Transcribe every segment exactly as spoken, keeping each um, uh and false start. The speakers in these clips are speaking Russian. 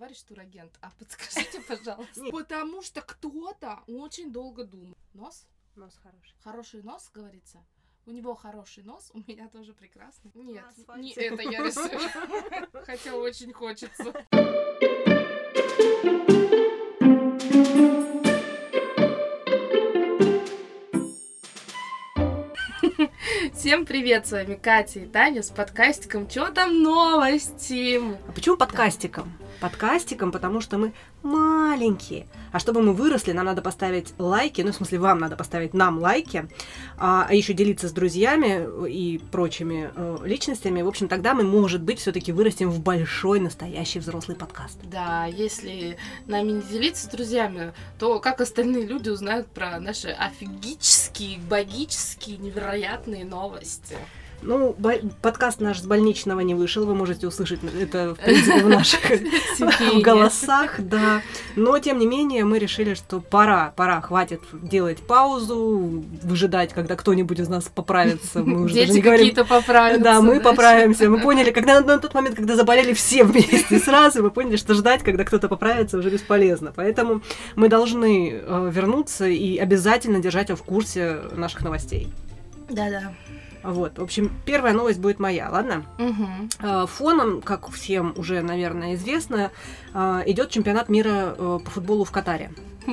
товарищ турагент, а подскажите, пожалуйста. Потому что кто-то очень долго думал. Нос? Нос хороший. Хороший нос, говорится? У него хороший нос, у меня тоже прекрасный. Нет, На не это я рисую. Хотя очень хочется. Всем привет, с вами Катя и Таня с подкастиком «Чё там новости?». А почему подкастиком? Подкастиком, потому что мы маленькие. А чтобы мы выросли, нам надо поставить лайки, ну, в смысле, вам надо поставить нам лайки, а, а еще делиться с друзьями и прочими э, личностями. В общем, тогда мы, может быть, все-таки вырастем в большой, настоящий взрослый подкаст. Да, если нами не делиться с друзьями, то как остальные люди узнают про наши офигические, богические, невероятные новости? Ну, бо- подкаст наш с больничного не вышел, вы можете услышать это, в принципе, в наших голосах, да. Но, тем не менее, мы решили, что пора, пора, хватит делать паузу, выжидать, когда кто-нибудь из нас поправится. Мы уже Дети какие-то поправятся. Да, мы поправимся. Мы поняли, когда на тот момент, когда заболели все вместе сразу, мы поняли, что ждать, когда кто-то поправится, уже бесполезно. Поэтому мы должны э, вернуться и обязательно держать его в курсе наших новостей. Да-да. Вот, в общем, первая новость будет моя, ладно? Угу. Фоном, как всем уже, наверное, известно, идет чемпионат мира по футболу в Катаре.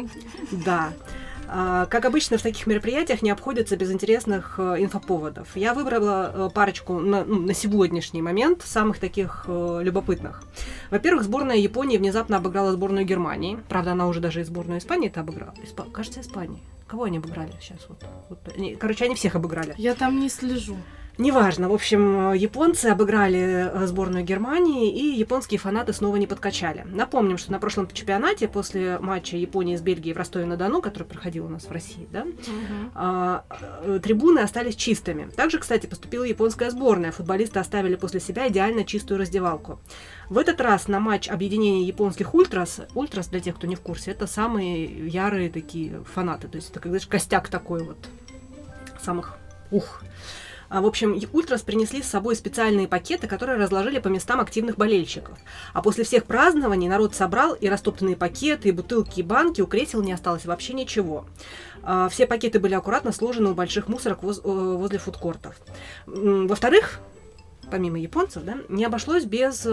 Да. Как обычно, в таких мероприятиях не обходится без интересных инфоповодов. Я выбрала парочку на, ну, на сегодняшний момент самых таких любопытных. Во-первых, сборная Японии внезапно обыграла сборную Германии. Правда, она уже даже и сборную Испании-то обыграла. Испа... Кажется, Испании. Кого они обыграли сейчас? Вот, вот. Они, короче, они всех обыграли. Я там не слежу. Неважно. В общем, японцы обыграли сборную Германии, и японские фанаты снова не подкачали. Напомним, что на прошлом чемпионате, после матча Японии с Бельгией в Ростове-на-Дону, который проходил у нас в России, да, Угу. а, трибуны остались чистыми. Также, кстати, поступила японская сборная. Футболисты оставили после себя идеально чистую раздевалку. В этот раз на матч объединения японских ультрас, ультрас, для тех, кто не в курсе, это самые ярые такие фанаты. То есть это, как знаешь, костяк такой вот самых ух. В общем, ультрас принесли с собой специальные пакеты, которые разложили по местам активных болельщиков. А после всех празднований народ собрал и растоптанные пакеты, и бутылки, и банки, у кресел не осталось вообще ничего. Все пакеты были аккуратно сложены у больших мусорок воз- возле фудкортов. Во-вторых, помимо японцев, да, не обошлось без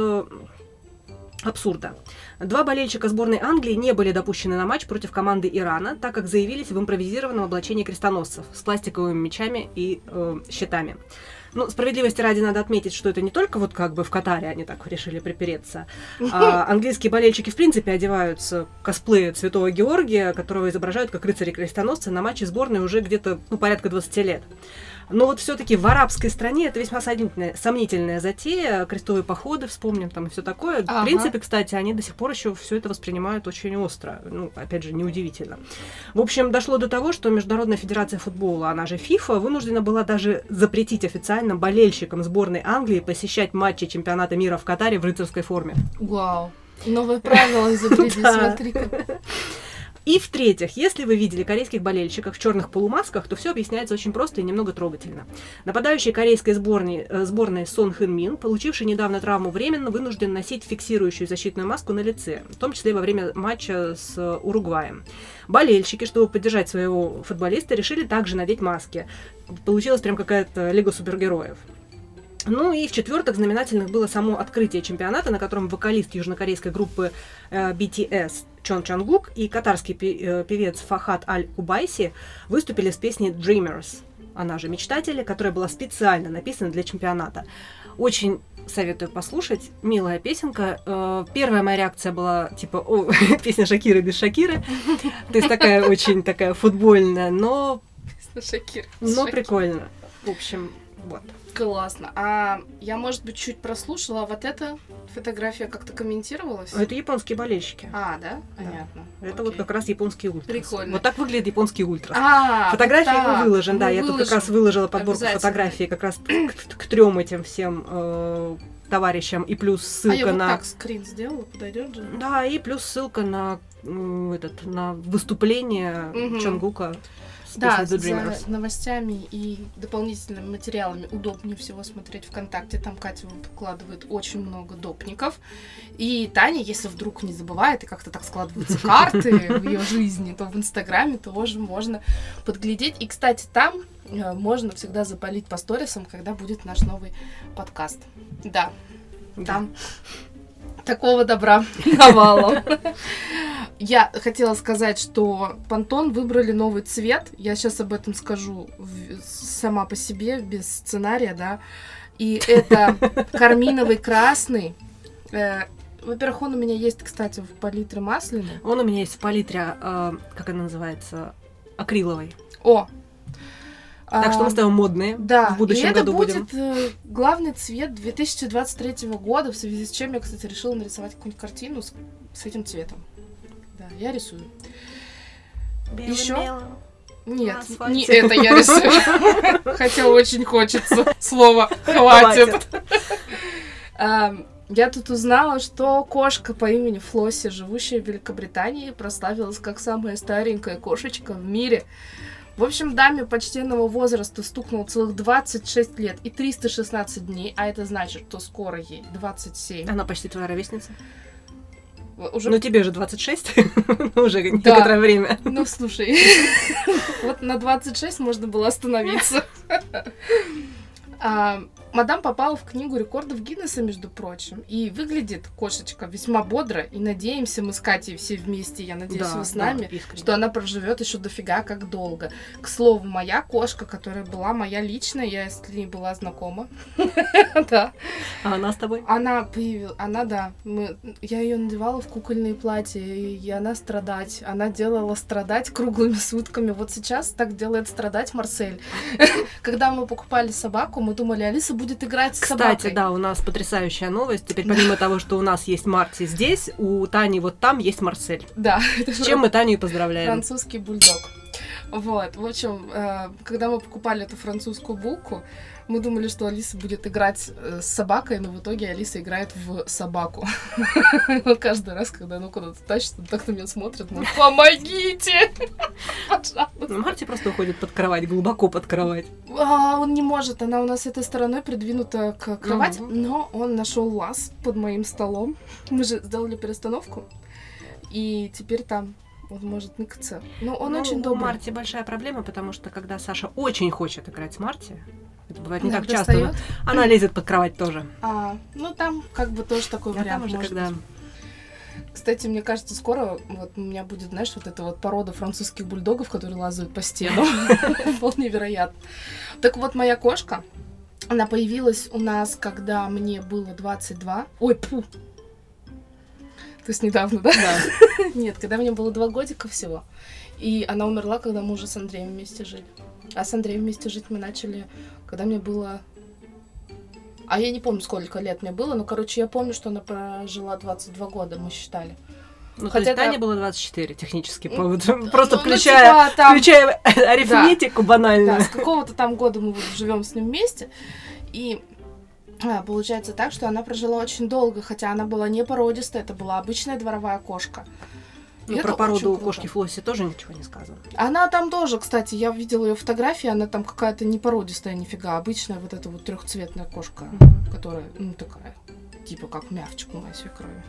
абсурда. Два болельщика сборной Англии не были допущены на матч против команды Ирана, так как заявились в импровизированном облачении крестоносцев с пластиковыми мечами и э, щитами. Ну, справедливости ради надо отметить, что это не только вот как бы в Катаре они так решили припереться. А английские болельщики в принципе одеваются в косплеи Святого Георгия, которого изображают как рыцари-крестоносцы на матче сборной уже где-то ну, порядка двадцати лет. Но вот все-таки в арабской стране это весьма сомнительная, сомнительная затея, крестовые походы, вспомним там и все такое. Ага. В принципе, кстати, они до сих пор еще все это воспринимают очень остро. Ну, опять же, неудивительно. В общем, дошло до того, что Международная федерация футбола, она же ФИФА, вынуждена была даже запретить официально болельщикам сборной Англии посещать матчи чемпионата мира в Катаре в рыцарской форме. Вау. Новые правила изобрели, смотри-ка. И в-третьих, если вы видели корейских болельщиков в черных полумасках, то все объясняется очень просто и немного трогательно. Нападающий корейской сборной, э, сборной Сон Хэн Мин, получивший недавно травму, временно вынужден носить фиксирующую защитную маску на лице, в том числе во время матча с Уругваем. Болельщики, чтобы поддержать своего футболиста, решили также надеть маски. Получилась прям какая-то лига супергероев. Ну и в-четвертых, знаменательных было само открытие чемпионата, на котором вокалист южнокорейской группы э, би ти эс Чон Чангук и катарский пи- э, певец Фахад Аль-Кубайси выступили с песней Dreamers, она же «Мечтатели», которая была специально написана для чемпионата. Очень советую послушать, милая песенка. Э, первая моя реакция была типа «О, песня Шакиры без Шакиры». То есть такая очень такая футбольная, но, Шакир. но прикольно. В общем, вот. Классно. А я, может быть, чуть прослушала, а вот эта фотография как-то комментировалась? Это японские болельщики. А, да? Понятно. Это Окей. вот как раз японские ультрас. Прикольно. Вот так выглядит японский ультрас. А, Фотографии вот мы выложим, да. мы Я тут выложим. как раз выложила подборку Обязательно. фотографий как раз к, к трем этим всем э, товарищам. И плюс ссылка а я вот на... так скрин сделала, подойдет же? Да, и плюс ссылка на, э, этот, на выступление Мгм. Чонгука с Да, песней The Dreamers. за новостями и дополнительными материалами удобнее всего смотреть ВКонтакте. Там Катя выкладывает очень много допников. И Таня, если вдруг не забывает, и как-то так складываются карты в ее жизни, то в Инстаграме тоже можно подглядеть. И, кстати, там можно всегда запалить по сторисам, когда будет наш новый подкаст. Да, там такого добра навалом. Я хотела сказать, что Pantone выбрали новый цвет. Я сейчас об этом скажу сама по себе, без сценария, да. И это карминовый красный. Э, во-первых, он у меня есть, кстати, в палитре масляной. Он у меня есть в палитре, э, как она называется, акриловой. О! Так что мы с тобой модные. Да, в будущем и это году будет будем. э, главный цвет две тысячи двадцать третьего года, в связи с чем я, кстати, решила нарисовать какую-нибудь картину с, с этим цветом. Да, я рисую. Белым, Ещё? белым. Нет, На асфальте. не это я рисую. Хотя очень хочется. Слово хватит. А, Я тут узнала, что кошка по имени Флосси, живущая в Великобритании, прославилась как самая старенькая кошечка в мире. В общем, даме почтенного возраста стукнуло целых двадцать шесть лет и триста шестнадцать дней, а это значит, что скоро ей двадцать семь. Она почти твоя ровесница. Уже... Ну, тебе же двадцать шесть, уже некоторое время. Ну, слушай, вот на двадцать шесть можно было остановиться. А, мадам попала в книгу рекордов Гиннесса, между прочим, и выглядит кошечка весьма бодро, и надеемся мы с Катей все вместе, я надеюсь, Да, вы с да, нами, искренне. что она проживет еще дофига как долго. К слову, моя кошка, которая была моя личная, я с ней была знакома, да, А она с тобой? она появилась, она, да, мы, я ее надевала в кукольные платья, и она страдать, она делала страдать круглыми сутками. Вот сейчас так делает страдать Марсель. Когда мы покупали собаку, мы думали, Алиса будет играть с собакой. Кстати, да, у нас потрясающая новость. Теперь помимо того, что у нас есть Марти здесь, у Тани вот там есть Марсель. Да. С чем мы Таню и поздравляем. Французский бульдог. Вот, в общем, э, когда мы покупали эту французскую булку, мы думали, что Алиса будет играть э, с собакой, но в итоге Алиса играет в собаку. Каждый раз, когда она куда-то тащит, он так на меня смотрит, мол, помогите! Пожалуйста. Марти просто уходит под кровать, глубоко под кровать. А, он не может, она у нас этой стороной придвинута к кровати, Мгм. но он нашел лаз под моим столом. Мы же сделали перестановку, и теперь там он может ныкаться. Но он Ну, очень у добрый. Марти большая проблема, потому что когда Саша очень хочет играть с Марти, это бывает не Она так часто, достаёт. но она лезет под кровать тоже. А, ну там как бы тоже такой А вариант там уже может когда... быть. Кстати, мне кажется, скоро вот у меня будет, знаешь, вот эта вот порода французских бульдогов, которые лазают по стенам. Вполне вероятно. Так вот, моя кошка, она появилась у нас, когда мне было двадцать два. Ой, пу! То есть недавно, да? Да. Нет, когда мне было два годика всего. И она умерла, когда мы уже с Андреем вместе жили. А с Андреем вместе жить мы начали, когда мне было... А я не помню, сколько лет мне было, но, короче, я помню, что она прожила двадцать два года, мы считали. Ну, Хотя то есть Тане это- было двадцать четыре, технически. Ну, Вот, просто Ну, ну, включая, типа, там- включая арифметику банальную. Да, с какого-то там года мы вот живем с ним вместе. И а, получается так, что она прожила очень долго, хотя она была не породистая, это была обычная дворовая кошка. И Ну, это про породу очень у круто. кошки Флосси тоже ничего не сказано. Она там тоже, кстати, я видела ее фотографии, она там какая-то не породистая нифига, обычная вот эта вот трехцветная кошка, которая, ну, такая, типа как мявчик у моей свекрови.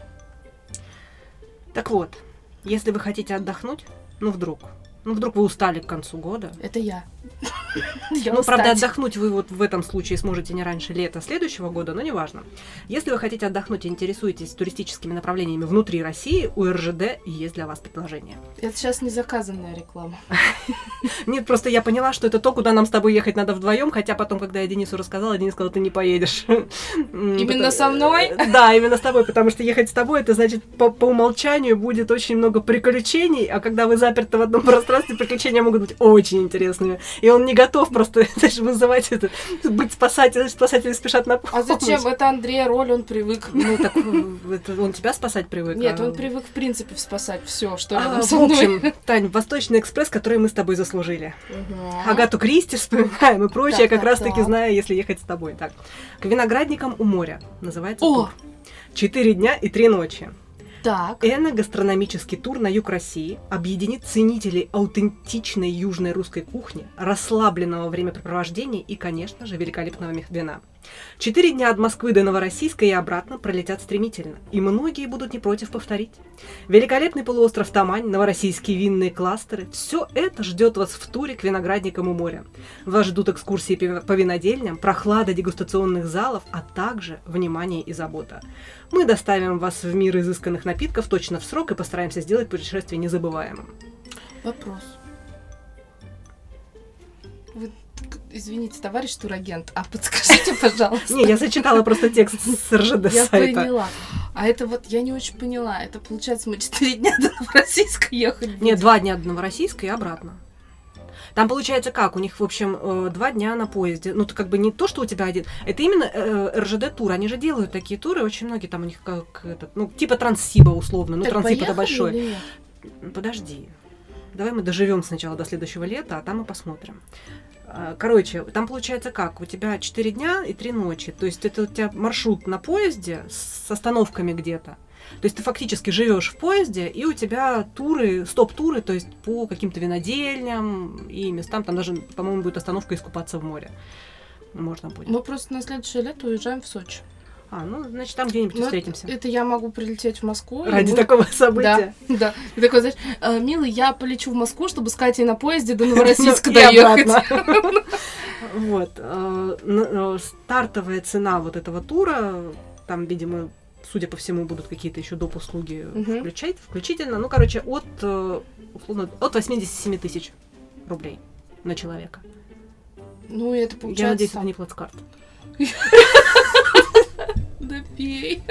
Так вот, если вы хотите отдохнуть, ну вдруг, ну вдруг вы устали к концу года. Это я. Я Ну, правда, устать. отдохнуть вы вот в этом случае сможете не раньше лета следующего года, но неважно. Если вы хотите отдохнуть и интересуетесь туристическими направлениями внутри России, у эр жэ дэ есть для вас предложение. Это сейчас не заказанная реклама. Нет, просто я поняла, что это то, куда нам с тобой ехать надо вдвоем, хотя потом, когда я Денису рассказала, Денис сказал, ты не поедешь. Именно со мной? Да, именно с тобой, потому что ехать с тобой, это значит, по, по умолчанию будет очень много приключений, а когда вы заперты в одном пространстве, приключения могут быть очень интересными. И он не готов просто, знаешь, вызывать это, быть спасателем, спасатели спешат на помощь. А зачем? Это Андрея роль, он привык. Ну, так это он тебя спасать привык. Нет, а- он привык, в принципе, спасать все, что А, рядом в со мной. общем, Тань, Восточный экспресс, который мы с тобой заслужили. Мгм. Агату Кристи вспоминаем и прочее, Так, как так, раз-таки так. знаю, если ехать с тобой. Так, к виноградникам у моря называется О! тур. Четыре дня и три ночи. Так. Эногастрономический тур на юг России объединит ценителей аутентичной южной русской кухни, расслабленного времяпрепровождения и, конечно же, великолепного вина. Четыре дня от Москвы до Новороссийска и обратно пролетят стремительно, и многие будут не против повторить. Великолепный полуостров Тамань, новороссийские винные кластеры – все это ждет вас в туре к виноградникам у моря. Вас ждут экскурсии по винодельням, прохлада дегустационных залов, а также внимание и забота. Мы доставим вас в мир изысканных напитков точно в срок и постараемся сделать путешествие незабываемым. Вопрос. Вы, извините, товарищ турагент, а подскажите, пожалуйста. Не, я зачитала просто текст с эр жэ дэ сайта. Я поняла. А это вот я не очень поняла. Это получается, мы четыре дня до Новороссийска ехали? Нет, два дня до Новороссийска и обратно. Там получается как? У них, в общем, два дня на поезде. Ну, это как бы не то, что у тебя один. Это именно эр жэ дэ-тур. Они же делают такие туры. Очень многие там у них как этот, ну, типа Транссиба условно. Ну, Транссиб это большой. Подожди. Давай мы доживем сначала до следующего лета, а там мы посмотрим. Короче, там получается как? У тебя четыре дня и три ночи. То есть это у тебя маршрут на поезде с остановками где-то. То есть ты фактически живешь в поезде, и у тебя туры, стоп-туры, то есть по каким-то винодельням и местам. Там даже, по-моему, будет остановка искупаться в море. Можно будет. Мы просто на следующее лето уезжаем в Сочи. А, ну, значит, там где-нибудь ну, встретимся. Это я могу прилететь в Москву. Ради такого события? Да, да. И такой, знаешь, милый, я полечу в Москву, чтобы с Катей на поезде до Новороссийска доехать. Вот. Стартовая цена вот этого тура, там, видимо, судя по всему, будут какие-то еще доп. Услуги включать, включительно. Ну, короче, от, условно, от восемьдесят семь тысяч рублей на человека. Ну, и это получается... Я надеюсь, это не плацкарт. Да пей.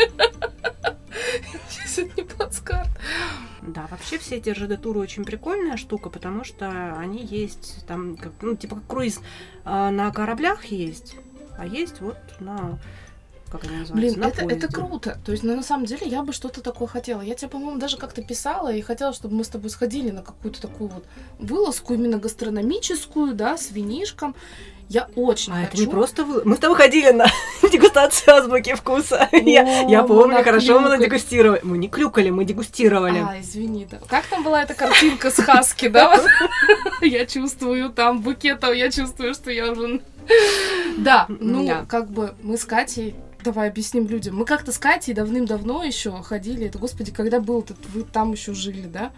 Сейчас это не плацкарт. Да, вообще все эти эр жэ дэ-туры очень прикольная штука, потому что они есть там, как, ну, типа как круиз а, на кораблях есть, а есть вот на... Как они называются? Блин, на это, поезде. это круто. То есть, ну, на самом деле, я бы что-то такое хотела. Я тебе, по-моему, даже как-то писала и хотела, чтобы мы с тобой сходили на какую-то такую вот вылазку, именно гастрономическую, да, с винишком. Я очень а хочу. Это не просто вы... Мы с тобой ходили на дегустацию азбуки вкуса. О, я, я помню, хорошо мы надегустировали. Мы не клюкали, мы дегустировали. А, извини, да. Как там была эта картинка с хаски, да? Я чувствую там букетом, я чувствую, что я уже... Да, ну, как бы мы с Катей... Давай объясним людям. Мы как-то с Катей давным-давно еще ходили. Это, господи, когда был-то? Вы там еще жили, да?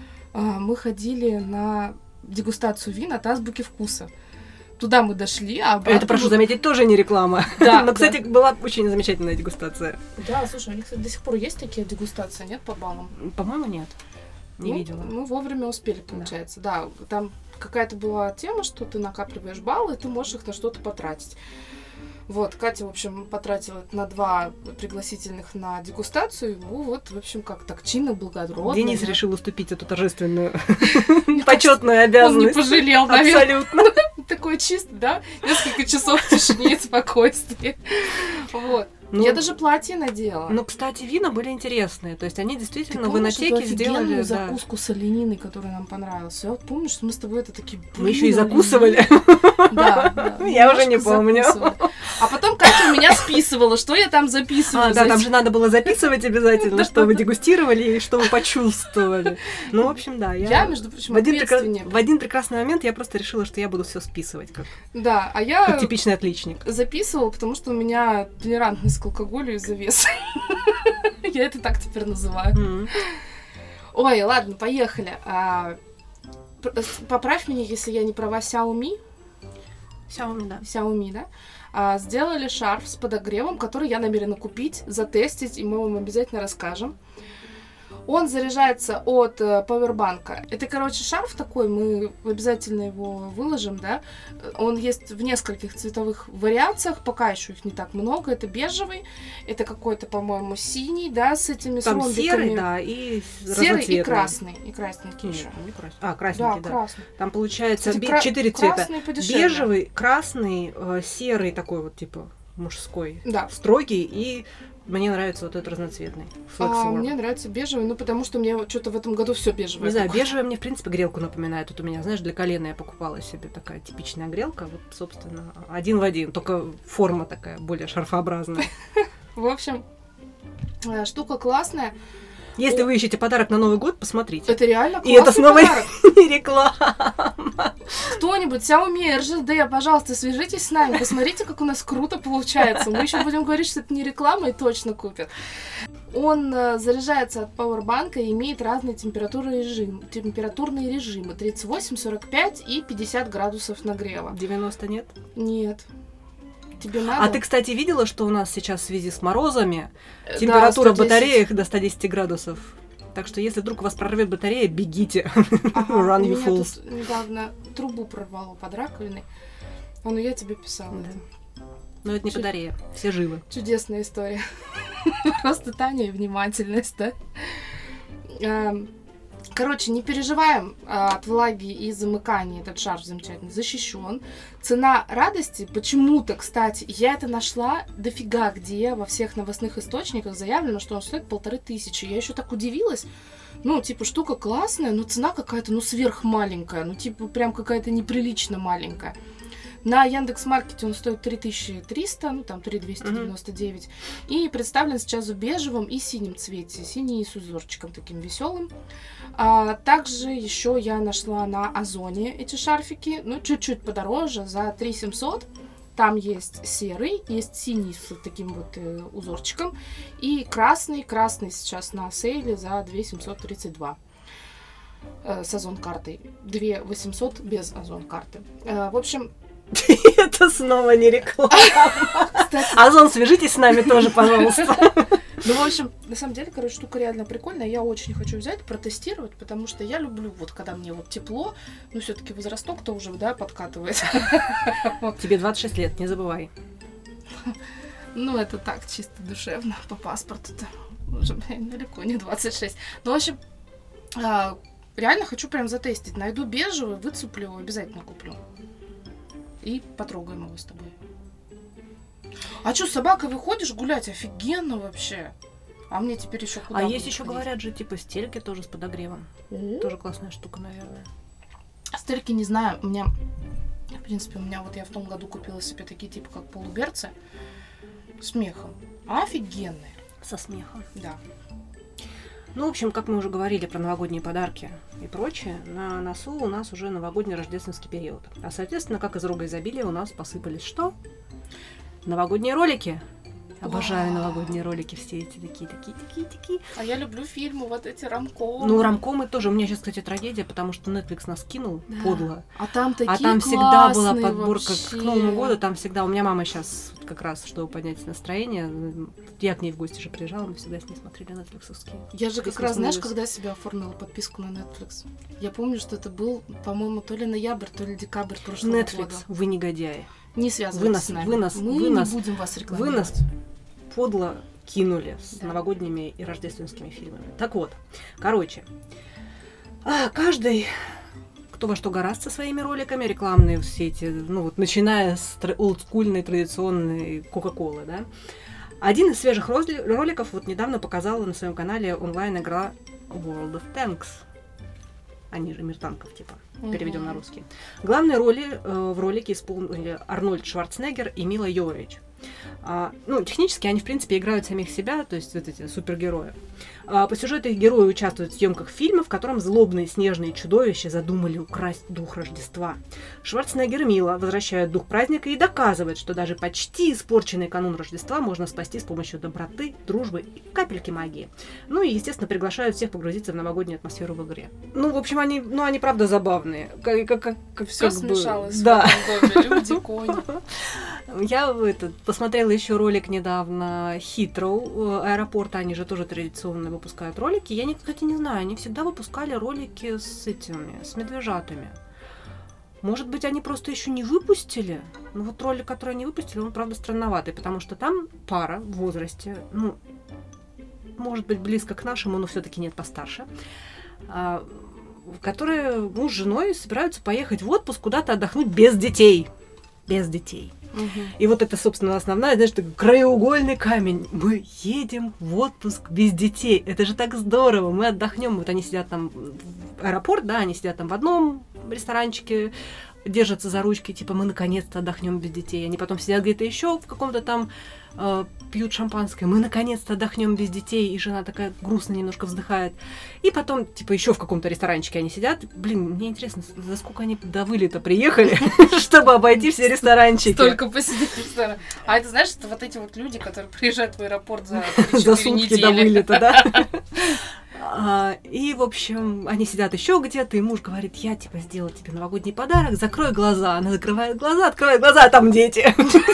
Мы ходили на дегустацию вин от азбуки вкуса. Туда мы дошли, а обратно... Это, прошу заметить, тоже не реклама. Да, но, кстати, да. была очень замечательная дегустация. Да, слушай, у них, кстати, до сих пор есть такие дегустации, нет, по баллам? По-моему, нет. Не ну, видела. Мы вовремя успели, получается. Да. да, там какая-то была тема, что ты накапливаешь баллы, и ты можешь их на что-то потратить. Вот, Катя, в общем, потратила на два пригласительных на дегустацию. Ну, вот, в общем, как так чинно, благородно. Денис да? решил уступить эту торжественную почетную обязанность. Он не пожалел, наверное. Абсолютно. Такой чистый, да? Несколько часов в тишине и спокойствии. Вот. Ну, я даже платье надела. Ну, кстати, вина были интересные. То есть они действительно в инотеке сделали... Да. закуску с олениной, которая нам понравилась. Я вот помню, что мы с тобой это такие... Мы еще и закусывали. Да, да. Я уже не помню. А потом Катя у меня списывала, что я там записывала. А, да, там же надо было записывать обязательно, что вы дегустировали и что вы почувствовали. Ну, в общем, да. Я, между прочим, в один, прекра... в один прекрасный момент я просто решила, что я буду все списывать, как, да, а я как типичный отличник. Записывала, потому что у меня толерантность к алкоголю из-за веса. Я это так теперь называю. Ой, ладно, поехали. Поправь меня, если я не права, Xiaomi. Xiaomi, да. Xiaomi, да. А, сделали шарф с подогревом, который я намерена купить, затестить, и мы вам обязательно расскажем. Он заряжается от э, пауэрбанка. Это, короче, шарф такой, мы обязательно его выложим, да. Он есть в нескольких цветовых вариациях, пока еще их не так много. Это бежевый, это какой-то, по-моему, синий, да, с этими там с серый, да, и серый и красный, и красненький еще. Не красный. А, красненький, да. да. Красный. Там получается Кстати, кра- четыре цвета. Бежевый, красный, э, серый такой вот, типа, мужской, да. строгий и... Мне нравится вот этот разноцветный. А, мне нравится бежевый, ну потому что мне что-то в этом году все бежевое. Не знаю, бежевый мне, в принципе, грелку напоминает. Тут у меня, знаешь, для колена я покупала себе такая типичная грелка. Вот, собственно, один в один, только форма такая более шарфообразная. В общем, штука классная. Если вы ищете подарок на Новый год, посмотрите. Это реально И это классный снова подарок. не реклама. Кто-нибудь, Xiaomi эр жи ди, пожалуйста, свяжитесь с нами, посмотрите, как у нас круто получается. Мы еще будем говорить, что это не реклама, и точно купят. Он э, заряжается от пауэрбанка и имеет разные температуры режим, температурные режимы. тридцать восемь, сорок пять и пятьдесят градусов нагрева. девяносто нет? Нет. Тебе надо? А ты, кстати, видела, что у нас сейчас в связи с морозами Да, температура сто десять. в батареях до ста десяти градусов? Так что если вдруг у вас прорвет батарея, бегите. Ага, Run, у you меня fools. тут недавно трубу прорвало под раковиной. А, ну я тебе писала. Да. это. Но это не Чу- батарея, все живы. Чудесная история. Просто Таня и внимательность, да? Эм, Короче, не переживаем а, от влаги и замыкания. Этот шарф замечательно защищен. Цена радости, почему-то, кстати, я это нашла дофига где, во всех новостных источниках заявлено, что он стоит полторы тысячи. Я еще так удивилась. Ну, типа, штука классная, но цена какая-то, ну, сверхмаленькая. Ну, типа, прям какая-то неприлично маленькая. На Яндекс.Маркете он стоит три тысячи триста, ну там три тысячи двести девяносто девять. Mm-hmm. И представлен сейчас в бежевом и синем цвете. Синий с узорчиком таким веселым. А, также еще я нашла на Озоне эти шарфики. Ну, чуть-чуть подороже, за три тысячи семьсот. Там есть серый, есть синий с таким вот э, узорчиком. И красный. Красный сейчас на сейле за две тысячи семьсот тридцать два. С озон-картой. две тысячи восемьсот без озон-карты. Э, в общем... Это снова не реклама. Озон, свяжитесь с нами тоже, пожалуйста. Ну, в общем, на самом деле, короче, штука реально прикольная. Я очень хочу взять, протестировать, потому что я люблю, вот когда мне вот тепло, ну, все-таки возрасток-то уже, да, подкатывает. Тебе двадцать шесть лет, не забывай. Ну, это так, чисто душевно, по паспорту-то. Уже, блин, далеко не двадцать шесть. Ну, в общем, реально хочу прям затестить. Найду бежевый, выцеплю, обязательно куплю. И потрогаем его с тобой. А что, с собакой выходишь гулять? Офигенно вообще. А мне теперь еще куда? А есть еще, ходить? Говорят же, типа стельки тоже с подогревом. Mm-hmm. Тоже классная штука, наверное. Стельки не знаю. У меня, в принципе, у меня вот я в том году купила себе такие типа как полуберцы с мехом. Офигенные. Со смехом. Да. Ну, в общем, как мы уже говорили про новогодние подарки и прочее, на носу у нас уже новогодний рождественский период. А, соответственно, как из рога изобилия у нас посыпались что? Новогодние ролики. Обожаю новогодние ролики, все эти такие, такие, такие, такие. А я люблю фильмы, вот эти ромкомы. Ну, ромкомы тоже. У меня сейчас, кстати, трагедия, потому что Netflix нас кинул, да. Подло. А там такие А там всегда была подборка вообще. К Новому году, там всегда... У меня мама сейчас как раз, чтобы поднять настроение, я к ней в гости же приезжала, мы всегда с ней смотрели нетфликсовские. Я же как раз, знаешь, когда себя оформила подписку на Netflix? Я помню, что это был, по-моему, то ли ноябрь, то ли декабрь прошлого Netflix, года. Вы негодяи. Не связывайтесь с нами. Вы нас, мы вы не нас, будем вас рекламировать. Вы нас подло кинули с да. новогодними и рождественскими фильмами. Так вот, короче, а, каждый, кто во что гораст со своими роликами, рекламные все эти, ну вот, начиная с олдскульной, традиционной Кока-Колы, да. Один из свежих роликов вот недавно показала на своем канале онлайн-игра World of Tanks. Они же мир танков, типа, uh-huh. переведем на русский. Главные роли э, в ролике исполнили Арнольд Шварценеггер и Мила Йовович. А, ну, технически они, в принципе, играют самих себя, то есть вот эти супергерои. А, по сюжету их герои участвуют в съемках фильма, в котором злобные снежные чудовища задумали украсть дух Рождества. Шварценеггер и Мила возвращают дух праздника и доказывают, что даже почти испорченный канун Рождества можно спасти с помощью доброты, дружбы и капельки магии. Ну и, естественно, приглашают всех погрузиться в новогоднюю атмосферу в игре. Ну, в общем, они, ну, они правда забавные. Как, как, как, как, Все как смешалось бы, да. в этом доме. Люди, кони. Я этот, посмотрела еще ролик недавно Хитроу аэропорта, они же тоже традиционно выпускают ролики. Я, кстати, не знаю, они всегда выпускали ролики с этими, с медвежатами. Может быть, они просто еще не выпустили? Но вот ролик, который они выпустили, он, правда, странноватый, потому что там пара в возрасте, ну, может быть, близко к нашему, но все-таки нет, постарше, которые муж с женой собираются поехать в отпуск куда-то отдохнуть без детей. Без детей. Угу. И вот это, собственно, основная, знаешь, такой краеугольный камень. Мы едем в отпуск без детей. Это же так здорово. Мы отдохнем. Вот они сидят там в аэропорт, да, они сидят там в одном ресторанчике, держатся за ручки, типа, мы наконец-то отдохнем без детей. Они потом сидят где-то еще в каком-то там, э, пьют шампанское, мы наконец-то отдохнем без детей, и жена такая грустно немножко вздыхает. И потом, типа, еще в каком-то ресторанчике они сидят. Блин, мне интересно, за сколько они до вылета приехали, чтобы обойти все ресторанчики. Только посидеть в ресторане. А это, знаешь, это вот эти вот люди, которые приезжают в аэропорт за За сутки недели. до вылета, да? А, и, в общем, они сидят еще где-то, и муж говорит, я, типа, сделал тебе новогодний подарок, закрой глаза. Она закрывает глаза, открывает глаза, а там дети.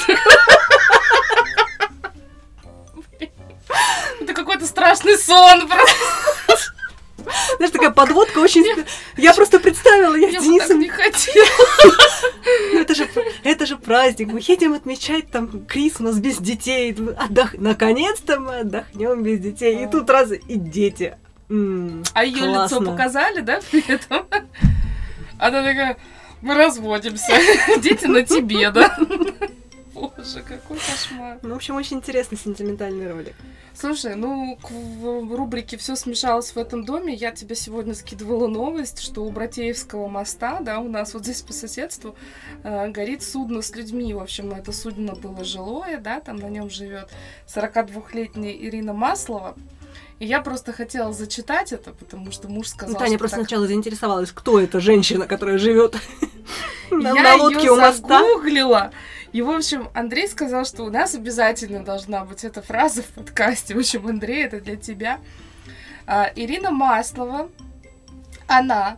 Это какой-то страшный сон просто. Знаешь, такая подводка очень... Я просто представила, я с Я бы так Денисом... не хотела. Это же, это же праздник, мы едем отмечать там Крисмас без детей. Отдох... Наконец-то мы отдохнем без детей. И тут раз и дети. М-м, А ее лицо классно. показали, да, при этом? Она такая, мы разводимся. Дети на тебе, да? Боже, какой кошмар. Ну, в общем, очень интересный сентиментальный ролик. Слушай, ну, к- в рубрике «Все смешалось в этом доме» я тебе сегодня скидывала новость, что у Братеевского моста, да, у нас вот здесь по соседству э, горит судно с людьми. В общем, это судно было жилое, да, там на нем живет сорокадвухлетняя Ирина Маслова. И я просто хотела зачитать это, потому что муж сказал, Ну, Таня что просто так... сначала заинтересовалась, кто эта женщина, которая живет на Я на лодке её у моста. загуглила. И, в общем, Андрей сказал, что у нас обязательно должна быть эта фраза в подкасте. В общем, Андрей, это для тебя. А, Ирина Маслова, она...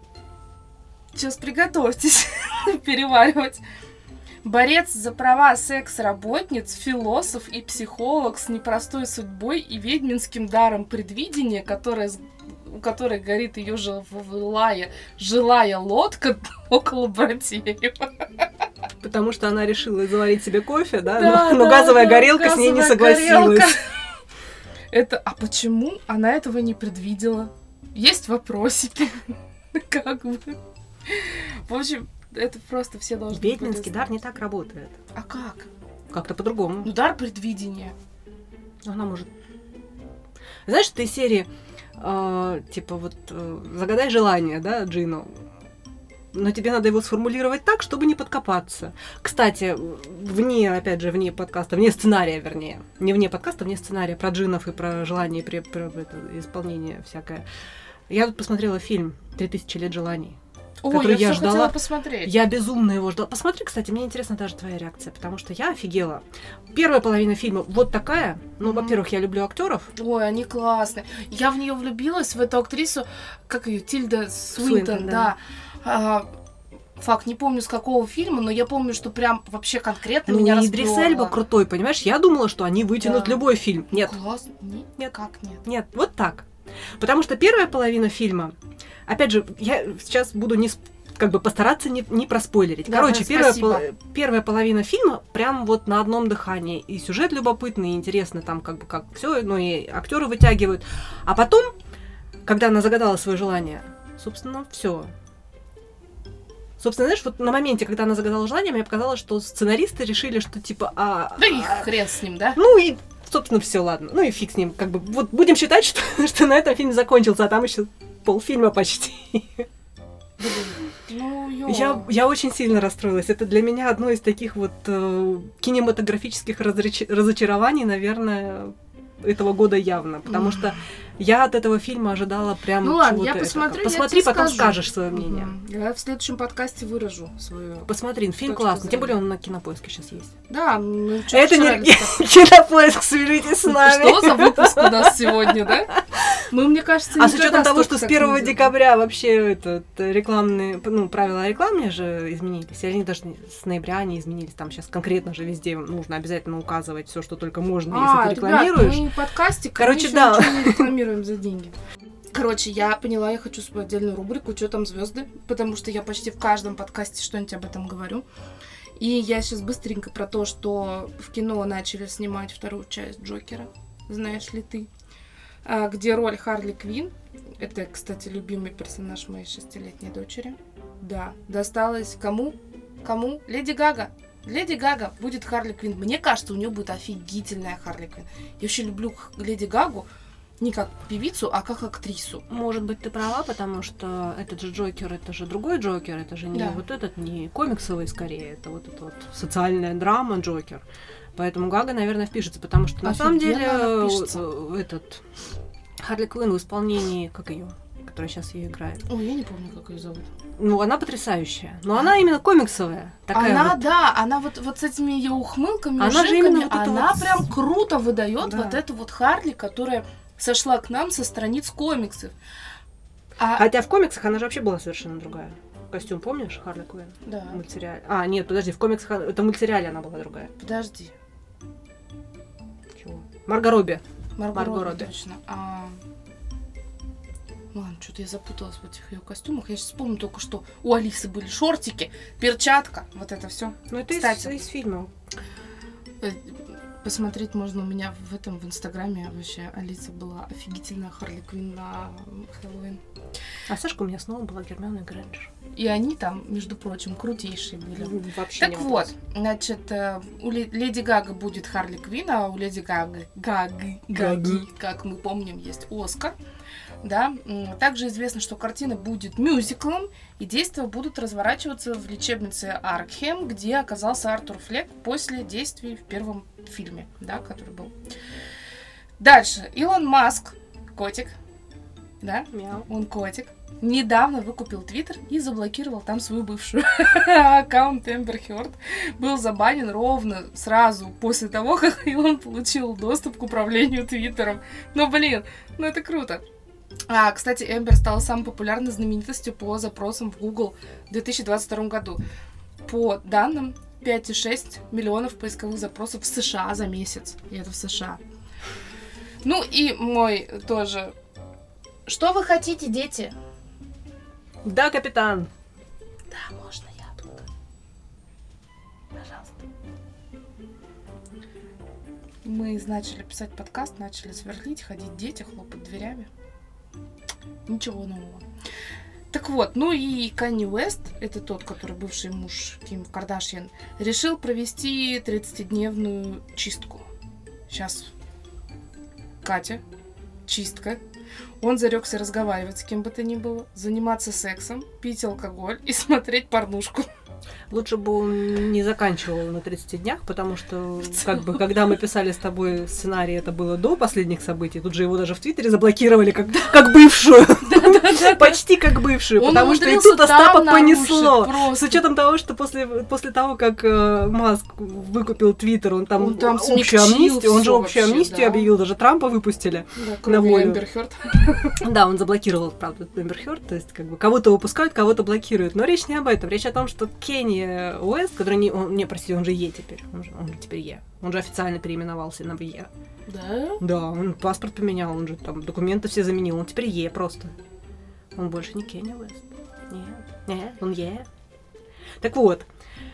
Сейчас приготовьтесь переваривать. Борец за права секс-работниц, философ и психолог с непростой судьбой и ведьминским даром предвидения, которая, с- у которой горит ее жилая, жилая лодка около Братеева. Потому что она решила заварить себе кофе, да? Да, но, но да, газовая да, горелка с ней не газовая согласилась. горелка. Это, а почему она этого не предвидела? Есть вопросики. Как бы. В общем, это просто все должны были Ведьминский дар знать. не так работает. А как? Как-то по-другому. Ну, дар предвидения. Она может... Знаешь, этой серии, э, типа вот, э, загадай желание, да, Джину, но тебе надо его сформулировать так, чтобы не подкопаться. Кстати, вне, опять же, вне подкаста, вне сценария, вернее, не вне подкаста, вне сценария про джинов и про желание, про, про это, исполнение всякое. Я тут посмотрела фильм «Три тысячи лет желаний». Ой, который я, я всё ждала. хотела посмотреть. Я безумно его ждала. Посмотри, кстати, мне интересна даже твоя реакция, потому что я офигела. Первая половина фильма вот такая. Ну, Мгм. во-первых, я люблю актеров. Ой, они классные. Я в нее влюбилась, в эту актрису, как ее, Тильда Суинтон, Суинтон, да. А, факт, не помню с какого фильма, но я помню, что прям вообще конкретно Ну, меня и Идрис распёрло. Эльба крутой, понимаешь? Я думала, что они вытянут Да. любой фильм. Нет, Классно. Нет, Нет. как нет? нет, вот так. Потому что первая половина фильма, опять же, я сейчас буду не сп- как бы постараться не, не проспойлерить. Давай, Короче, первая, спасибо. пол- первая половина фильма прям вот на одном дыхании. И сюжет любопытный, и интересно там как бы как все, ну и актеры вытягивают. А потом, когда она загадала свое желание, собственно, все. Собственно, знаешь, вот на моменте, когда она загадала желание, мне показалось, что сценаристы решили, что типа... А, Да и а, хрен с ним, да? ну и, собственно, все, ладно. Ну и фиг с ним. Как бы вот будем считать, что, что на этом фильм закончился, а там еще полфильма почти. Ну, ё. Я, я очень сильно расстроилась. Это для меня одно из таких вот э, кинематографических разреч- разочарований, наверное, этого года явно. Потому Мгм. что я от этого фильма ожидала прям Ну ладно, чего-то я этакого. посмотрю, я Посмотри, тебе потом скажу. скажешь свое мнение. Мгм. Я в следующем подкасте выражу свою. Посмотри, фильм Точку классный. Тем зрения. более он на Кинопоиске сейчас есть. Да, ну чё Это вчера не листали? Кинопоиск, свяжитесь с нами. Что за выпуск у нас сегодня, да? Мы, мне кажется, А с никогда учетом того, столько что с так первого не делали. декабря вообще этот, рекламные, ну, правила о рекламе же изменились. Или они даже не- с ноября не изменились. Там сейчас конкретно же везде нужно обязательно указывать все, что только можно, А, если ты ребят, рекламируешь. мы подкастик, Короче, мы да. ещё ничего не рекламируем за деньги. Короче, я поняла, я хочу свою отдельную рубрику «Чё там звезды?», потому что я почти в каждом подкасте что-нибудь об этом говорю. И я сейчас быстренько про то, что в кино начали снимать вторую часть Джокера, знаешь ли ты, а, где роль Харли Квинн, это, кстати, любимый персонаж моей шестилетней дочери, да, досталась кому? Кому? Леди Гага. Леди Гага будет Харли Квинн. Мне кажется, у нее будет офигительная Харли Квинн. Я вообще люблю Х- Леди Гагу. не как певицу, а как актрису. Может быть, ты права, потому что этот же Джокер, это же другой Джокер, это же не Да. вот этот, не комиксовый скорее, это вот эта вот социальная драма Джокер. Поэтому Гага, наверное, впишется, потому что на самом деле Офигенно она впишется. э, этот Харли Квинн в исполнении, как ее, которая сейчас ее играет. Ой, я не помню, как ее зовут. Ну, она потрясающая. Но она именно комиксовая. Такая Она, вот. да, она вот, вот с этими ее ухмылками, Она же ужимками, именно вот это она вот- прям круто выдает Да. вот эту вот Харли, которая сошла к нам со страниц комиксов. А, Хотя в комиксах она же вообще была совершенно другая. Костюм, помнишь, Харли Квинн? да, В мультсериале. А, нет, подожди, в комиксах это в мультсериале она была другая. подожди. Чего? Марго Робби. Марго, Марго Робби, Робби. точно. А... Ладно, что-то я запуталась в этих ее костюмах. Я сейчас вспомню только, что у Алисы были шортики, перчатка, вот это все. Ну, это из, Кстати. из фильма. Посмотреть можно у меня в этом, в Инстаграме. Вообще, Алиса была офигительная Харли Квинн на Хэллоуин. А Сашка у меня снова была Гермиона Грэнджер. И они там, между прочим, крутейшие были. Вообще Так не вот, вопрос. значит, э, у Ле- Леди Гага будет Харли Квинн, а у Леди Гага, Гаги, Гаги, как мы помним, есть Оскар. Да? М, Также известно, что картина будет мюзиклом, и действия будут разворачиваться в лечебнице Аркхем, где оказался Артур Флек после действий в первом фильме, да, который был. Дальше. Илон Маск, котик, да, Мяу. он котик, недавно выкупил Твиттер и заблокировал там свою бывшую. Аккаунт Эмбер Хёрд был забанен ровно сразу после того, как Илон получил доступ к управлению Твиттером. Ну, блин, ну это круто. А, кстати, Эмбер стала самой популярной знаменитостью по запросам в Google в две тысячи двадцать втором году. По данным, пять целых шесть десятых миллионов поисковых запросов в США за месяц. И это в США. Ну и мой тоже. Что вы хотите, дети? Да, капитан. Да, можно яблоко. Пожалуйста. Мы начали писать подкаст, начали сверлить, ходить дети, хлопать дверями. Ничего нового. Так вот, ну и Канье Уэст, это тот, который бывший муж Ким Кардашьян, решил провести тридцатидневную чистку. Сейчас Катя, чистка. Он зарекся разговаривать с кем бы то ни было, заниматься сексом, пить алкоголь и смотреть порнушку. Лучше бы он не заканчивал на тридцати днях, потому что, как бы, когда мы писали с тобой сценарий, это было до последних событий. Тут же его даже в Твиттере заблокировали как, как бывшую. Почти как бывшую, Он потому что и умудрился тут Остапа там понесло. нарушить просто. С учетом того, что после, после того, как э, Маск выкупил Твиттер, он там, Он там общую смягчил амнистию, он же всё общую вообще, амнистию да. объявил, даже Трампа выпустили. Да, На кроме волю. Эмбер Хёрд. Да, он заблокировал, правда, Эмбер Хёрд, то есть как бы кого-то выпускают, кого-то блокируют. Но речь не об этом, речь о том, что Кенни Уэст, который не, он, не, прости, он же Е теперь, он же, он же теперь Е, он же официально переименовался на Е. Да? Да, он паспорт поменял, он же там документы все заменил, он теперь Е просто. Он больше не Кенни Уэст. Нет, нет, он Е. Так вот,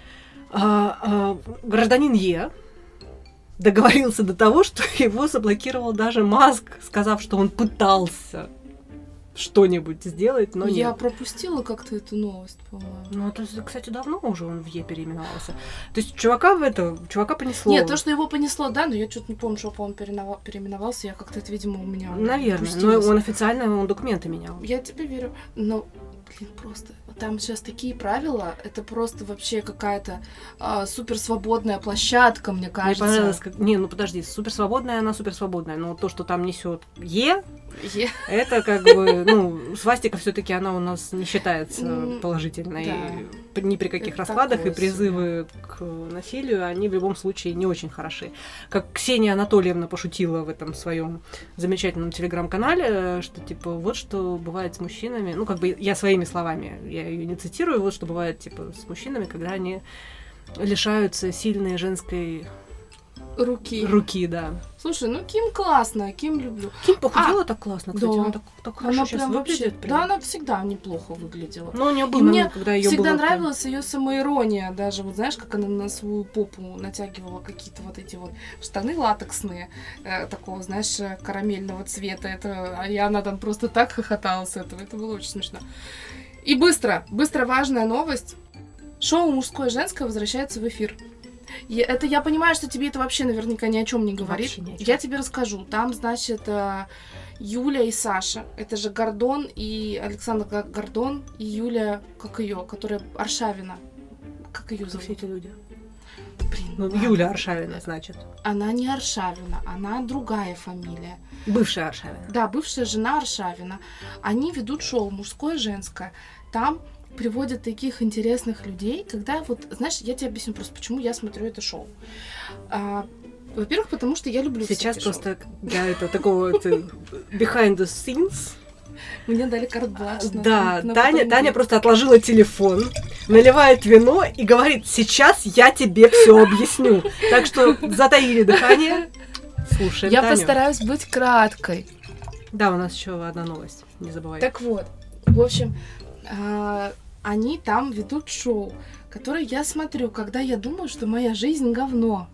а, а, гражданин Е договорился до того, что его заблокировал даже Маск, сказав, что он пытался что-нибудь сделать, но Я нет. пропустила как-то эту новость, по-моему. Ну, это, кстати, давно уже он в Е переименовался. То есть чувака в это, чувака понесло. Нет, то, что его понесло, да, но я что-то не помню, что он перенова- переименовался. Я как-то это, видимо, у меня Наверное, но упустилось. он официально он документы менял. Я тебе верю, но, блин, просто там сейчас такие правила, это просто вообще какая-то а, суперсвободная площадка, мне Мне кажется. понравилось, как... Не, ну подожди, суперсвободная, она суперсвободная, но то, что там несет Е, Е- это как бы, ну, свастика все-таки она у нас не считается М, положительной. да. И ни при каких Это раскладах, и такое призывы к насилию, они в любом случае не очень хороши. Как Ксения Анатольевна пошутила в этом своем замечательном телеграм-канале, что типа вот что бывает с мужчинами, ну как бы я своими словами, я ее не цитирую, вот что бывает типа с мужчинами, когда они лишаются сильной женской Руки. руки, да. Слушай, ну Ким классная, Ким люблю. Ким похудела так классно, кстати, да. она так, так хорошо Она сейчас прям вообще... выглядит. прям. Да, она всегда неплохо выглядела. Ну, у нее был И мне момент, когда ее Всегда было прям- нравилась ее самоирония, даже вот знаешь, как она на свою попу натягивала какие-то вот эти вот штаны латексные, э, такого, знаешь, э, карамельного цвета, это, а и она там просто так хохотала с этого, это было очень смешно. И быстро, быстро важная новость. Шоу «Мужское и женское» возвращается в эфир. И это я понимаю, что тебе это вообще наверняка ни о чем не говорит. Вообще ни о чём. Я тебе расскажу. Там, значит, э, Юля и Саша. Это же Гордон и Александр Га- Гордон и Юля, как ее, которая Аршавина. Как ее Кто зовут? все эти люди? Блин, Ну, ладно. Юля Аршавина, значит. Она не Аршавина, она другая фамилия. Бывшая Аршавина. Да, бывшая жена Аршавина. Они ведут шоу «Мужское и женское». Там приводят таких интересных людей, когда вот, знаешь, я тебе объясню просто, почему я смотрю это шоу. А, во-первых, потому что я люблю Сейчас всякие просто для этого такого вот, э, behind the scenes. шоу. Мне дали карт-бланш. на- Да, на Таня, потом Таня день. просто отложила телефон, наливает вино и говорит: сейчас я тебе все объясню. Так что затаили дыхание. Слушаем Я Таню. постараюсь быть краткой. Да, у нас еще одна новость, не забывай. Так вот, в общем, а, они там ведут шоу, которое я смотрю, когда я думаю, что моя жизнь говно.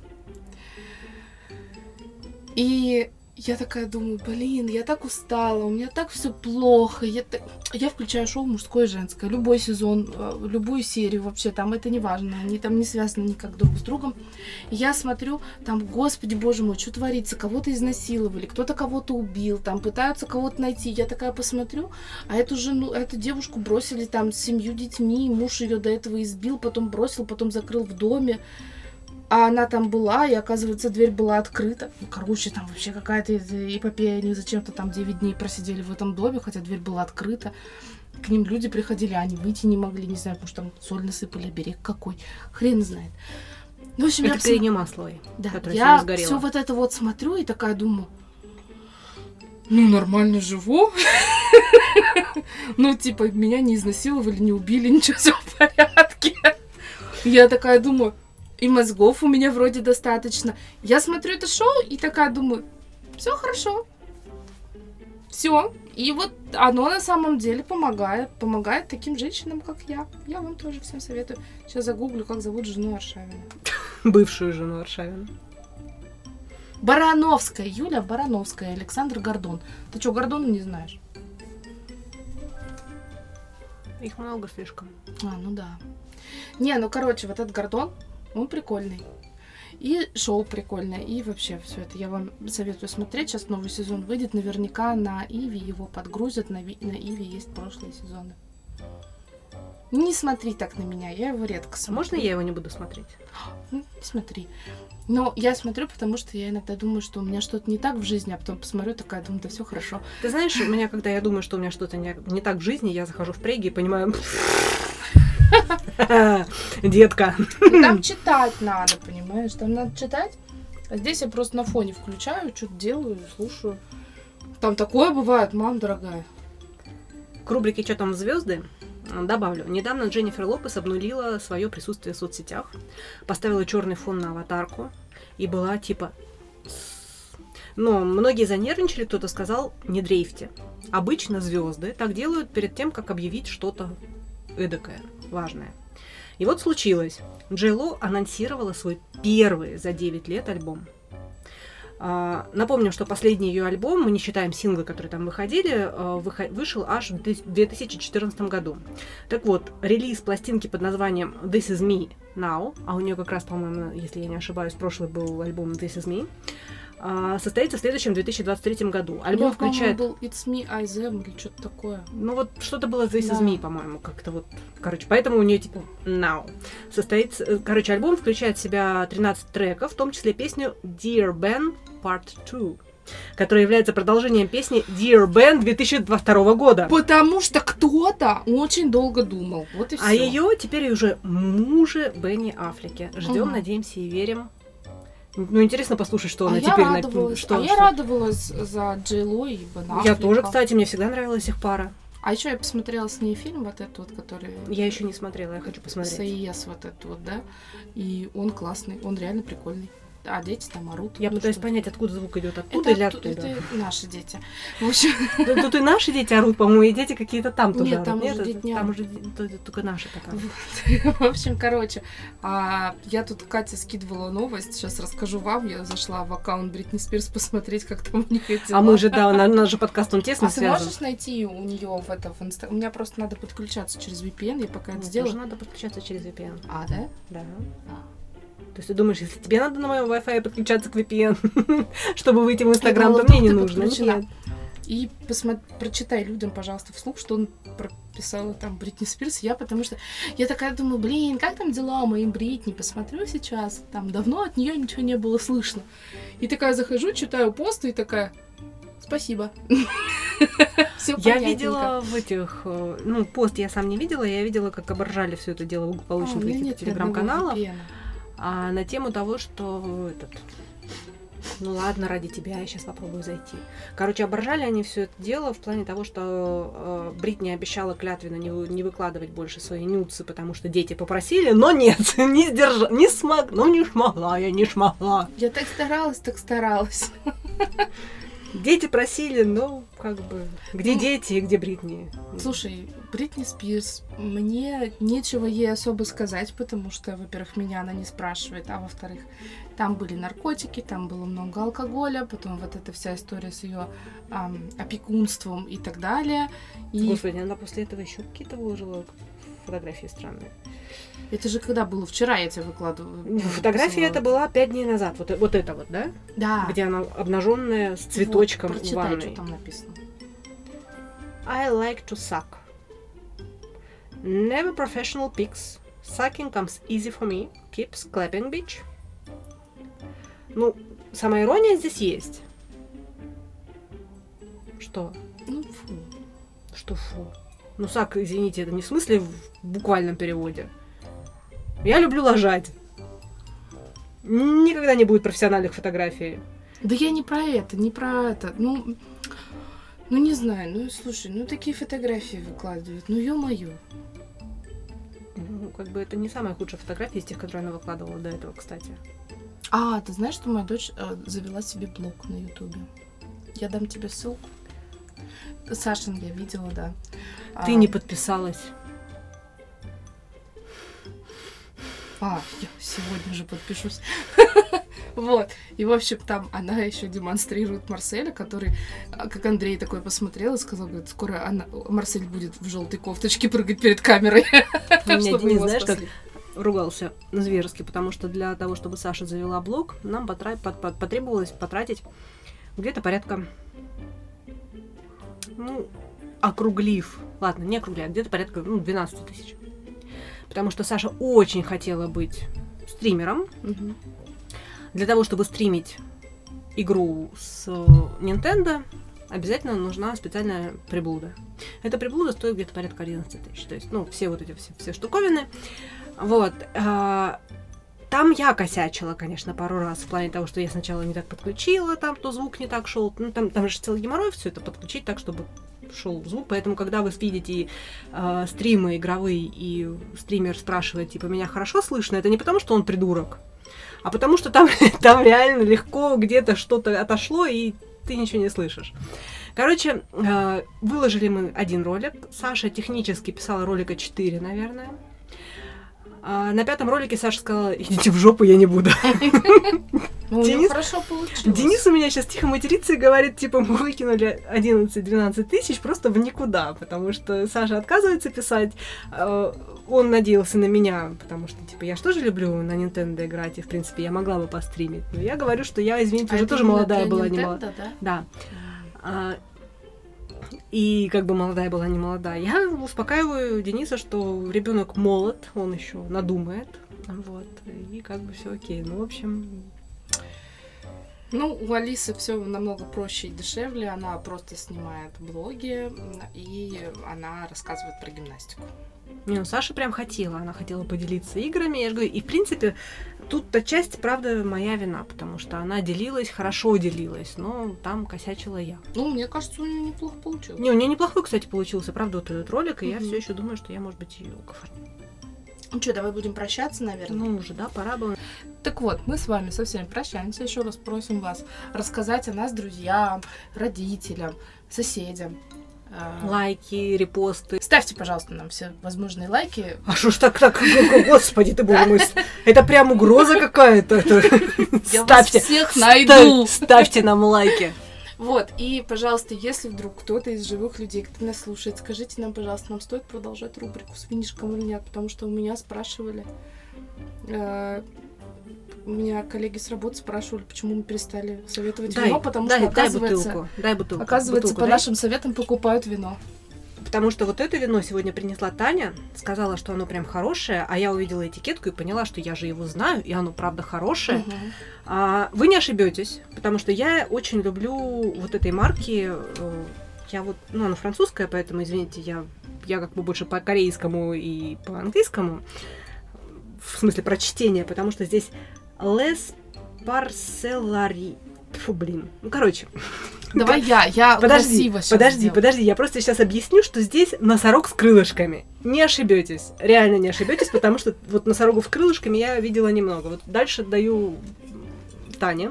И я такая думаю, блин, я так устала, у меня так все плохо. Я, так... я включаю шоу «Мужское и женское», любой сезон, э, любую серию вообще, там это не важно, они там не связаны никак друг с другом. И я смотрю, там, господи, боже мой, что творится, кого-то изнасиловали, кто-то кого-то убил, там пытаются кого-то найти. Я такая посмотрю, а эту жену, эту девушку бросили там с семью детьми, муж ее до этого избил, потом бросил, потом закрыл в доме. А она там была, и, оказывается, дверь была открыта. Ну, короче, там вообще какая-то эпопея. Они зачем-то там девять дней просидели в этом доме, хотя дверь была открыта. К ним люди приходили, а они выйти не могли. Не знаю, потому что там соль насыпали, берег какой. Хрен знает. Ну, в общем, Это я, к Ирине Масловой, да, которая я сегодня сгорела. все вот это вот смотрю и такая думаю, ну, нормально живу. Ну, типа, меня не изнасиловали, не убили, ничего, все в порядке. Я такая думаю, и мозгов у меня вроде достаточно. Я смотрю это шоу и такая думаю, все хорошо. Все. И вот оно на самом деле помогает. Помогает таким женщинам, как я. Я вам тоже всем советую. Сейчас загуглю, как зовут жену Аршавина. Бывшую жену Аршавина. Барановская. Юля Барановская. Александр Гордон. Ты что, Гордона не знаешь? Их много слишком. А, ну да. Не, ну короче, вот этот Гордон, он прикольный. И шоу прикольное, и вообще все это я вам советую смотреть. Сейчас новый сезон выйдет, наверняка на Иви его подгрузят, на, Ви- на Иви есть прошлые сезоны. Не смотри так на меня, я его редко А смотрю. можно я его не буду смотреть? Ну, не смотри. Но я смотрю, потому что я иногда думаю, что у меня что-то не так в жизни, а потом посмотрю, такая, думаю, да все хорошо. Ты знаешь, у меня, когда я думаю, что у меня что-то не, не так в жизни, я захожу в преги и понимаю... Детка. Ну, там читать надо, понимаешь? Там надо читать. А здесь я просто на фоне включаю, что-то делаю, слушаю. Там такое бывает, мам дорогая. К рубрике «Чё там звезды» добавлю. Недавно Дженнифер Лопес обнулила свое присутствие в соцсетях, поставила черный фон на аватарку и была типа... Но многие занервничали, кто-то сказал, не дрейфьте. Обычно звезды так делают перед тем, как объявить что-то эдакое, важное. И вот случилось. Джей Ло анонсировала свой первый за девять лет альбом. А, напомним, что последний ее альбом, мы не считаем синглы, которые там выходили, а, выход, вышел аж в две тысячи четырнадцатом году. Так вот, релиз пластинки под названием This Is Me Now, а у нее как раз, по-моему, если я не ошибаюсь, прошлый был альбом This Is Me, а, состоится в следующем две тысячи двадцать третьем году. Альбом Я, включает... был It's Me, I Them или что-то такое. Ну вот что-то было This Да. Is Me, по-моему, как-то вот. Короче, поэтому у нее типа Now. Состоится... Короче, альбом включает в себя тринадцать треков, в том числе песню Dear Ben Part два, которая является продолжением песни Dear Ben две тысячи второго года. Потому что кто-то очень долго думал. Вот и все. А ее теперь уже муже Бенни Аффлеке. Ждем, Ага. надеемся и верим. Ну, интересно послушать, что а она я теперь радовалась. что, а я что- радовалась за Джей Ло и Бен Я Аффлека. тоже, кстати, мне всегда нравилась их пара. А еще я посмотрела с ней фильм вот этот вот, который... Я еще не смотрела, я хочу посмотреть. САИС вот этот вот, да? И он классный, он реально прикольный. А дети там орут. Я Ну пытаюсь что? понять, откуда звук идет, Это, оттуда или отту- оттуда. это наши дети. В общем, Тут, тут и наши дети орут, по-моему, и дети какие-то там тоже Нет, орут. там уже это- дети не там орут. уже де- то- только наши пока. в общем, короче, а, я тут Катя скидывала новость, сейчас расскажу вам. Я зашла в аккаунт Бритни Спирс посмотреть, как там у нее дела. А мы же, да, на- наш же подкаст, он тесно А ты связан. можешь найти у нее в это в инста... У меня просто надо подключаться через ви пи эн, я пока это Нет, сделаю. тоже надо подключаться через ви пи эн. А, да? Да. То есть ты думаешь, если тебе надо на моем Wi-Fi подключаться к ви пи эн, чтобы выйти в Инстаграм, то мне не нужно. Нет. И посмотри, прочитай людям, пожалуйста, вслух, что он прописала там Бритни Спирс. Я потому что я такая думаю, блин, как там дела у моей Бритни? Посмотрю сейчас. Там давно от нее ничего не было слышно. И такая захожу, читаю посты и такая, спасибо. Я видела в этих, ну, пост я сам не видела, я видела, как оборжали все это дело благополучно в каких-то телеграм-каналах. А на тему того, что этот... Ну ладно, ради тебя я сейчас попробую зайти. Короче, оборжали они все это дело в плане того, что э, Бритни обещала клятвенно не, не выкладывать больше свои нюдсы, потому что дети попросили, но нет, не сдержала, не смог, ну не смогла, я не смогла. Я так старалась, так старалась. Дети просили, но как бы... Где ну, дети и где Бритни? Слушай, Бритни Спирс, мне нечего ей особо сказать, потому что, во-первых, меня она не спрашивает, а во-вторых, там были наркотики, там было много алкоголя, потом вот эта вся история с ее эм, опекунством и так далее. И... Господи, она после этого еще какие-то выложила фотографии странные. Это же когда было? Вчера я тебе выкладываю. Фотография это была пять дней назад. Вот, вот это вот, да? Да. Где она обнаженная с цветочком вот, в ванной. Что там написано. I like to suck. Never professional pics. Sucking comes easy for me. Keeps clapping, bitch. Ну, самая ирония здесь есть. Что? Ну, фу. Что фу? Ну, сак, извините, это не в смысле в буквальном переводе. Я люблю лажать. Никогда не будет профессиональных фотографий. Да я не про это, не про это. Ну, ну не знаю, ну слушай, ну такие фотографии выкладывают, ну ё-моё. Ну, как бы это не самая худшая фотография из тех, которые она выкладывала до этого, кстати. А, ты знаешь, что моя дочь э, завела себе блог на Ютубе? Я дам тебе ссылку. Сашин я видела, да. Ты а... не подписалась. А, я сегодня же подпишусь. Вот. И, в общем, там она еще демонстрирует Марселя, который, как Андрей такой посмотрел и сказал, говорит, скоро она, Марсель будет в желтой кофточке прыгать перед камерой. У меня Денис, знаешь, как ругался зверски, потому что для того, чтобы Саша завела блог, нам потребовалось потратить где-то порядка, ну, округлив, ладно, не округляя, где-то порядка, ну, двенадцать тысяч. Потому что Саша очень хотела быть стримером. Угу. Для того, чтобы стримить игру с Nintendo, обязательно нужна специальная приблуда. Эта приблуда стоит где-то порядка одиннадцать тысяч. То есть, ну, все вот эти все, все штуковины. Вот. Там я косячила, конечно, пару раз в плане того, что я сначала не так подключила, там то звук не так шел. Ну, там, там же целый геморрой все это подключить так, чтобы шел звук. Поэтому, когда вы видите э, стримы игровые, и стример спрашивает, типа, меня хорошо слышно, это не потому, что он придурок, а потому что там, там реально легко где-то что-то отошло, и ты ничего не слышишь. Короче, э, выложили мы один ролик. Саша технически писала ролика четыре, наверное. А на пятом ролике Саша сказала, идите в жопу, я не буду. Ну, у него хорошо получилось. Денис у меня сейчас тихо матерится и говорит, типа, мы выкинули одиннадцать-двенадцать тысяч просто в никуда, потому что Саша отказывается писать. Он надеялся на меня, потому что, типа, я же тоже люблю на Nintendo играть, и, в принципе, я могла бы постримить. Но я говорю, что я, извините, уже тоже молодая была, не молодая. Да. И как бы молодая была, не молодая. Я успокаиваю Дениса, что ребенок молод, он еще надумает. Вот. И как бы все окей. Ну, в общем. Ну, у Алисы все намного проще и дешевле. Она просто снимает блоги, и она рассказывает про гимнастику. Не, ну Саша прям хотела, она хотела поделиться играми, я же говорю, и в принципе тут-то часть, правда, моя вина, потому что она делилась, хорошо делилась, но там косячила я. Ну, мне кажется, у нее неплохо получилось. Не, у нее неплохой, кстати, получился, правда, вот этот ролик, и mm-hmm. я все еще думаю, что я, может быть, ее уговорю. Ну что, давай будем прощаться, наверное? Ну, уже, да, пора было. Так вот, мы с вами со всеми прощаемся, еще раз просим вас рассказать о нас друзьям, родителям, соседям. Лайки, репосты. Ставьте, пожалуйста, нам все возможные лайки. А что ж так, так, господи ты, боже мой, это прям угроза какая-то. Я вас всех найду. Ставьте нам лайки. Вот, и, пожалуйста, если вдруг кто-то из живых людей, кто нас слушает, скажите нам, пожалуйста, нам стоит продолжать рубрику с винишком или нет, потому что у меня спрашивали. Меня коллеги с работы спрашивали, почему мы перестали советовать Дай, вино, потому дай, что, дай оказывается, бутылку, дай бутылку. оказывается бутылку по дай. нашим советам покупают вино. Потому что вот это вино сегодня принесла Таня, сказала, что оно прям хорошее, а я увидела этикетку и поняла, что я же его знаю, и оно правда хорошее. Мгм. А, вы не ошибетесь, потому что я очень люблю вот этой марки. э, Я вот, ну, она французская, поэтому, извините, я, я как бы больше по корейскому и по английскому, в смысле прочтения, потому что здесь Les Parcelleries. Фу, блин. Ну, короче. Давай я, я Подожди, красиво сейчас подожди, сделаю. подожди, я просто сейчас объясню, что здесь носорог с крылышками. Не ошибетесь, реально не ошибетесь, потому что вот носорогов с крылышками я видела немного. Вот дальше даю Тане.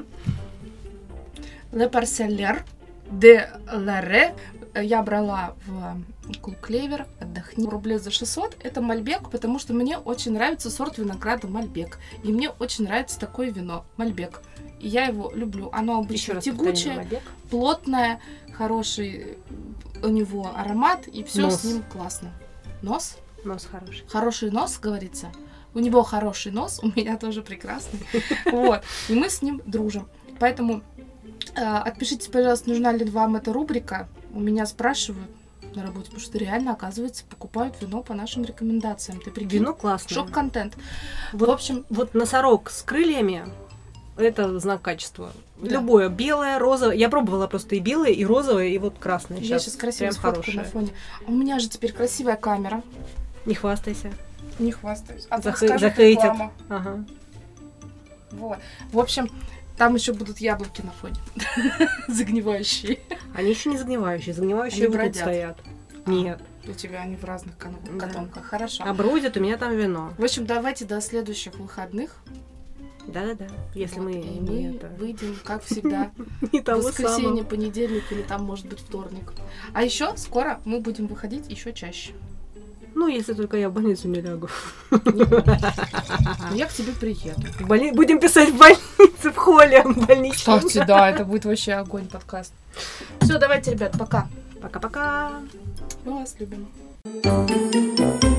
Le Parcellaire de Lare я брала в Клуб Клевер, отдохни. Рублей за шестьсот. Это Мальбек, потому что мне очень нравится сорт винограда Мальбек. И мне очень нравится такое вино Мальбек. И я его люблю. Оно Еще обычно раз тягучее, повторим, плотное, хороший у него аромат, и все Нос. с ним классно. Нос? Нос хороший. Хороший нос, говорится. У него хороший нос, у меня тоже прекрасный. Вот. И мы с ним дружим. Поэтому э, отпишитесь, пожалуйста, нужна ли вам эта рубрика. У меня спрашивают на работе, потому что реально, оказывается, покупают вино по нашим рекомендациям. Ты прикинь? Вино классное. Шок-контент. Вот, В общем, вот носорог с крыльями — это знак качества. Да. Любое, белое, розовое. Я пробовала просто и белое, и розовое, и вот красное. я сейчас красиво прям сфоткаю на хорошее. фоне. А у меня же теперь красивая камера. Не хвастайся. Не хвастаюсь. А то Захей- скажут, захейтят. реклама. Ага. Вот. В общем, там еще будут яблоки на фоне. Загнивающие. Они еще не загнивающие. Загнивающие Они вот тут бродят. стоят. А. Нет. У тебя они в разных кон- Да. котомках. Хорошо. А бродят у меня там вино. В общем, давайте до следующих выходных. Да-да-да. Если Вот, мы, и не мы это, выйдем, как всегда, не того воскресенье, самого. понедельник или там, может быть, вторник. А еще скоро мы будем выходить еще чаще. Ну, если только я в больницу не лягу. Я к тебе приеду. В больни- Будем писать в больнице, в холле больничном. Кстати, да, это будет вообще огонь подкаст. Все, давайте, ребят, пока. Пока-пока. Мы вас любим.